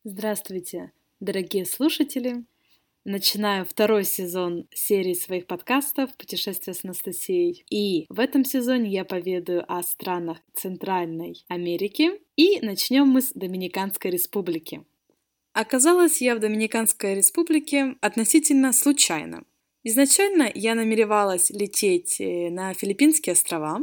Здравствуйте, дорогие слушатели! Начинаю второй сезон серии своих подкастов «Путешествия с Анастасией». И в этом сезоне я поведаю о странах Центральной Америки. И начнем мы с Доминиканской Республики. Оказалась я в Доминиканской Республике относительно случайно. Изначально я намеревалась лететь на Филиппинские острова.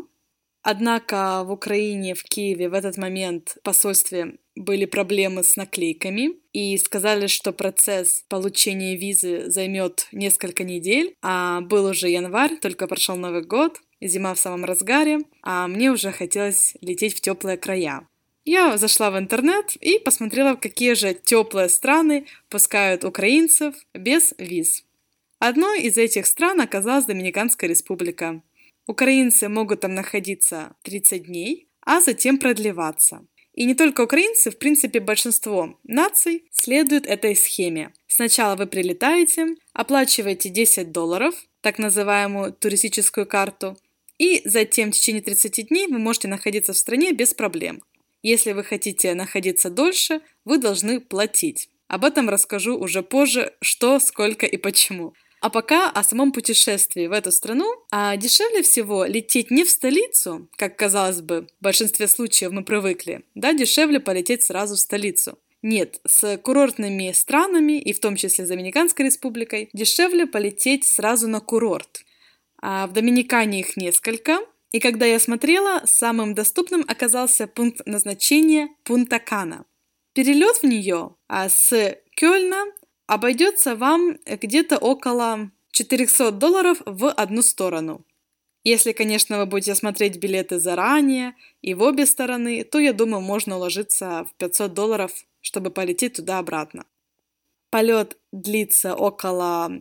Однако в Украине, в Киеве в этот момент в посольстве были проблемы с наклейками и сказали, что процесс получения визы займет несколько недель, а был уже январь, только прошел Новый год, зима в самом разгаре, а мне уже хотелось лететь в теплые края. Я зашла в интернет и посмотрела, какие же теплые страны пускают украинцев без виз. Одной из этих стран оказалась Доминиканская Республика. Украинцы могут там находиться 30 дней, а затем продлеваться. И не только украинцы, в принципе, большинство наций следуют этой схеме. Сначала вы прилетаете, оплачиваете $10, так называемую туристическую карту, и затем в течение 30 дней вы можете находиться в стране без проблем. Если вы хотите находиться дольше, вы должны платить. Об этом расскажу уже позже, что, сколько и почему. А пока о самом путешествии в эту страну. Дешевле всего лететь не в столицу, как казалось бы, в большинстве случаев мы привыкли. Да, дешевле полететь сразу в столицу. Нет, с курортными странами, и в том числе с Доминиканской республикой, дешевле полететь сразу на курорт. В Доминикане их несколько. И когда я смотрела, самым доступным оказался пункт назначения Пунта-Кана. Перелет в нее с Кёльна обойдется вам где-то около $400 в одну сторону. Если, конечно, вы будете смотреть билеты заранее и в обе стороны, то, я думаю, можно уложиться в $500, чтобы полететь туда-обратно. Полет длится около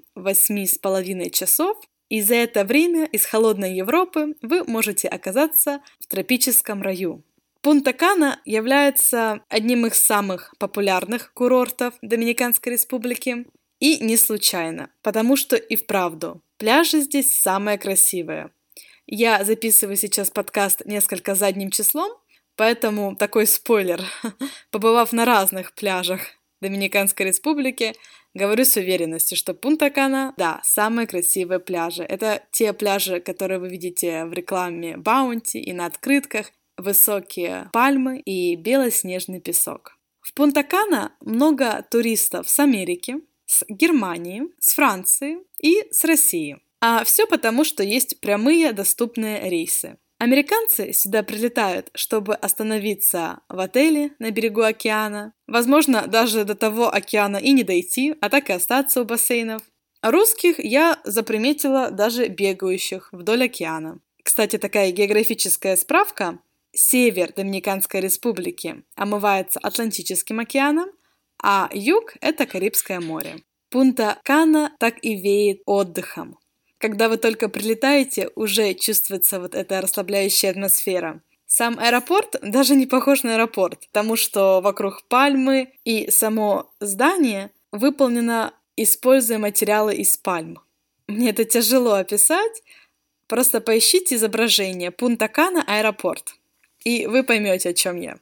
8,5 часов, и за это время из холодной Европы вы можете оказаться в тропическом раю. Пунта-Кана является одним из самых популярных курортов Доминиканской Республики. И не случайно, потому что и вправду пляжи здесь самые красивые. Я записываю сейчас подкаст несколько задним числом, поэтому такой спойлер. Побывав на разных пляжах Доминиканской Республики, говорю с уверенностью, что Пунта-Кана, да, самые красивые пляжи. Это те пляжи, которые вы видите в рекламе Баунти и на открытках. Высокие пальмы и белоснежный песок. В Пунта-Кана много туристов с Америки, с Германии, с Франции и с России. А все потому, что есть прямые доступные рейсы. Американцы сюда прилетают, чтобы остановиться в отеле на берегу океана. Возможно, даже до того океана и не дойти, а так и остаться у бассейнов. А русских я заприметила даже бегающих вдоль океана. Кстати, такая географическая справка. Север Доминиканской Республики омывается Атлантическим океаном, а юг – это Карибское море. Пунта-Кана так и веет отдыхом. Когда вы только прилетаете, уже чувствуется вот эта расслабляющая атмосфера. Сам аэропорт даже не похож на аэропорт, потому что вокруг пальмы и само здание выполнено, используя материалы из пальм. Мне это тяжело описать, просто поищите изображение Пунта-Кана аэропорт. И вы поймете, о чем я.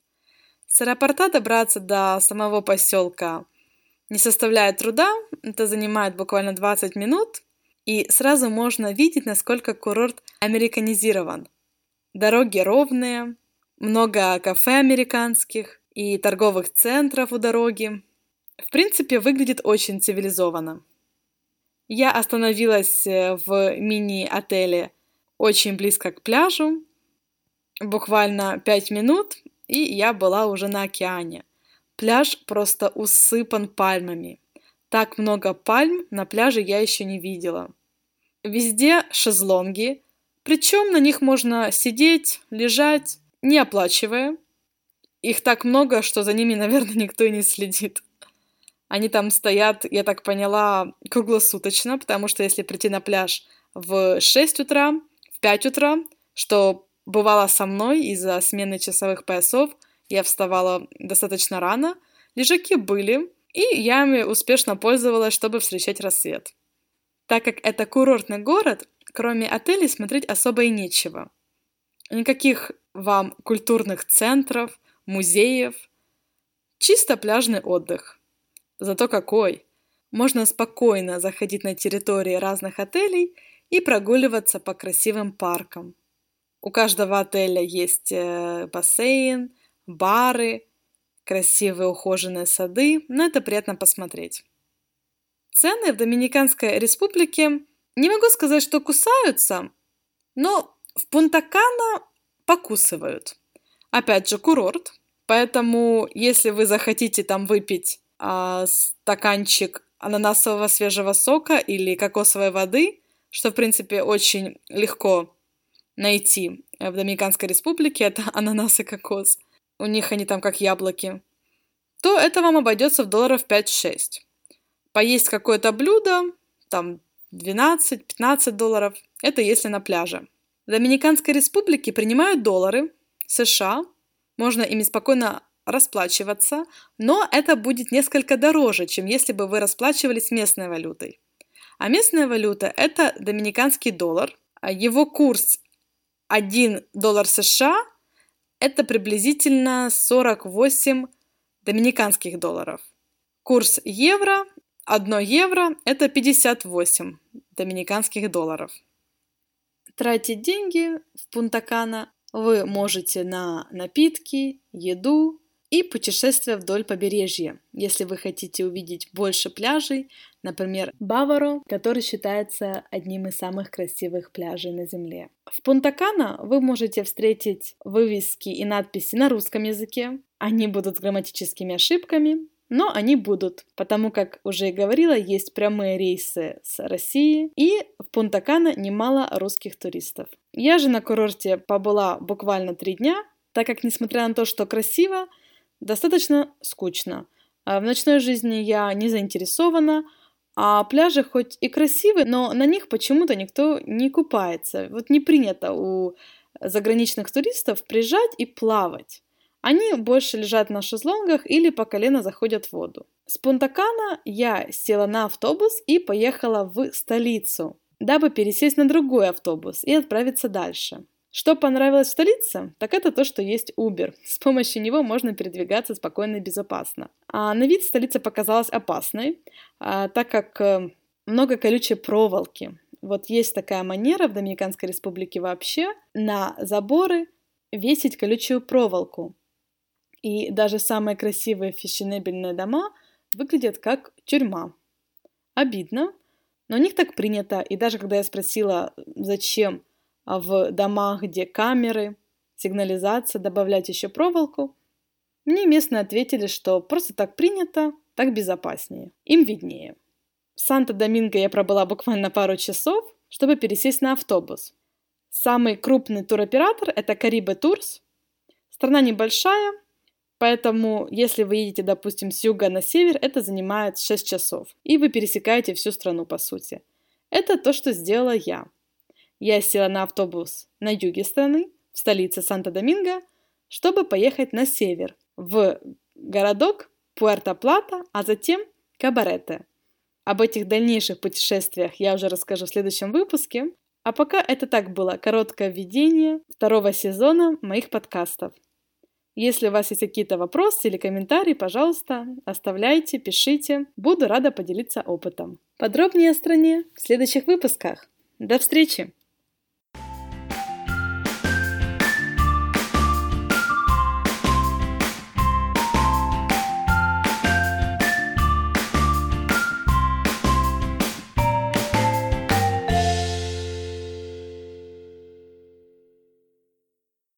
С аэропорта добраться до самого поселка не составляет труда, это занимает буквально 20 минут, и сразу можно видеть, насколько курорт американизирован. Дороги ровные, много кафе американских и торговых центров у дороги. В принципе, выглядит очень цивилизованно. Я остановилась в мини-отеле очень близко к пляжу, буквально 5 минут, и я была уже на океане. Пляж просто усыпан пальмами. Так много пальм на пляже я еще не видела. Везде шезлонги, причем на них можно сидеть, лежать, не оплачивая. Их так много, что за ними, наверное, никто и не следит. Они там стоят, я так поняла, круглосуточно, потому что если прийти на пляж в 6 утра, в 5 утра, что бывало со мной из-за смены часовых поясов, я вставала достаточно рано, лежаки были, и я ими успешно пользовалась, чтобы встречать рассвет. Так как это курортный город, кроме отелей смотреть особо и нечего. Никаких вам культурных центров, музеев. Чисто пляжный отдых. Зато какой! Можно спокойно заходить на территории разных отелей и прогуливаться по красивым паркам. У каждого отеля есть бассейн, бары, красивые ухоженные сады, но это приятно посмотреть. Цены в Доминиканской республике, не могу сказать, что кусаются, но в Пунта-Кана покусывают. Опять же, курорт, поэтому если вы захотите там выпить стаканчик ананасового свежего сока или кокосовой воды, что, в принципе, очень легко найти в Доминиканской республике, это ананас и кокос, у них они там как яблоки, то это вам обойдется в долларов 5-6. Поесть какое-то блюдо, там 12-15 долларов, это если на пляже. В Доминиканской республике принимают доллары США, можно ими спокойно расплачиваться, но это будет несколько дороже, чем если бы вы расплачивались местной валютой. А местная валюта – это доминиканский доллар. Его курс 1 доллар США – это приблизительно 48 доминиканских долларов. Курс евро – 1 евро – это 58 доминиканских долларов. Тратить деньги в Пунта-Кана вы можете на напитки, еду и путешествия вдоль побережья, если вы хотите увидеть больше пляжей, например, Баваро, который считается одним из самых красивых пляжей на Земле. В Пунта-Кана вы можете встретить вывески и надписи на русском языке. Они будут с грамматическими ошибками, но они будут, потому как, уже и говорила, есть прямые рейсы с России, и в Пунта-Кана немало русских туристов. Я же на курорте побыла буквально 3 дня, так как, несмотря на то, что красиво, достаточно скучно. В ночной жизни я не заинтересована, а пляжи хоть и красивые, но на них почему-то никто не купается. Вот не принято у заграничных туристов приезжать и плавать. Они больше лежат на шезлонгах или по колено заходят в воду. С Пунта-Кана я села на автобус и поехала в столицу, дабы пересесть на другой автобус и отправиться дальше. Что понравилось в столице, так это то, что есть Uber. С помощью него можно передвигаться спокойно и безопасно. А на вид столица показалась опасной, так как много колючей проволоки. Вот есть такая манера в Доминиканской республике вообще на заборы весить колючую проволоку. И даже самые красивые фешенебельные дома выглядят как тюрьма. Обидно, но у них так принято. И даже когда я спросила, зачем в домах, где камеры, сигнализация, добавлять еще проволоку, мне местные ответили, что просто так принято, так безопаснее. Им виднее. В Санто-Доминго я пробыла буквально пару часов, чтобы пересесть на автобус. Самый крупный туроператор – это Caribe Tours. Страна небольшая, поэтому если вы едете, допустим, с юга на север, это занимает 6 часов. И вы пересекаете всю страну, по сути. Это то, что сделала я. Я села на автобус на юге страны, в столице Санто-Доминго, чтобы поехать на север, в городок Пуэрто-Плата, а затем Кабарете. Об этих дальнейших путешествиях я уже расскажу в следующем выпуске. А пока это так было короткое введение 2 сезона моих подкастов. Если у вас есть какие-то вопросы или комментарии, пожалуйста, оставляйте, пишите. Буду рада поделиться опытом. Подробнее о стране в следующих выпусках. До встречи!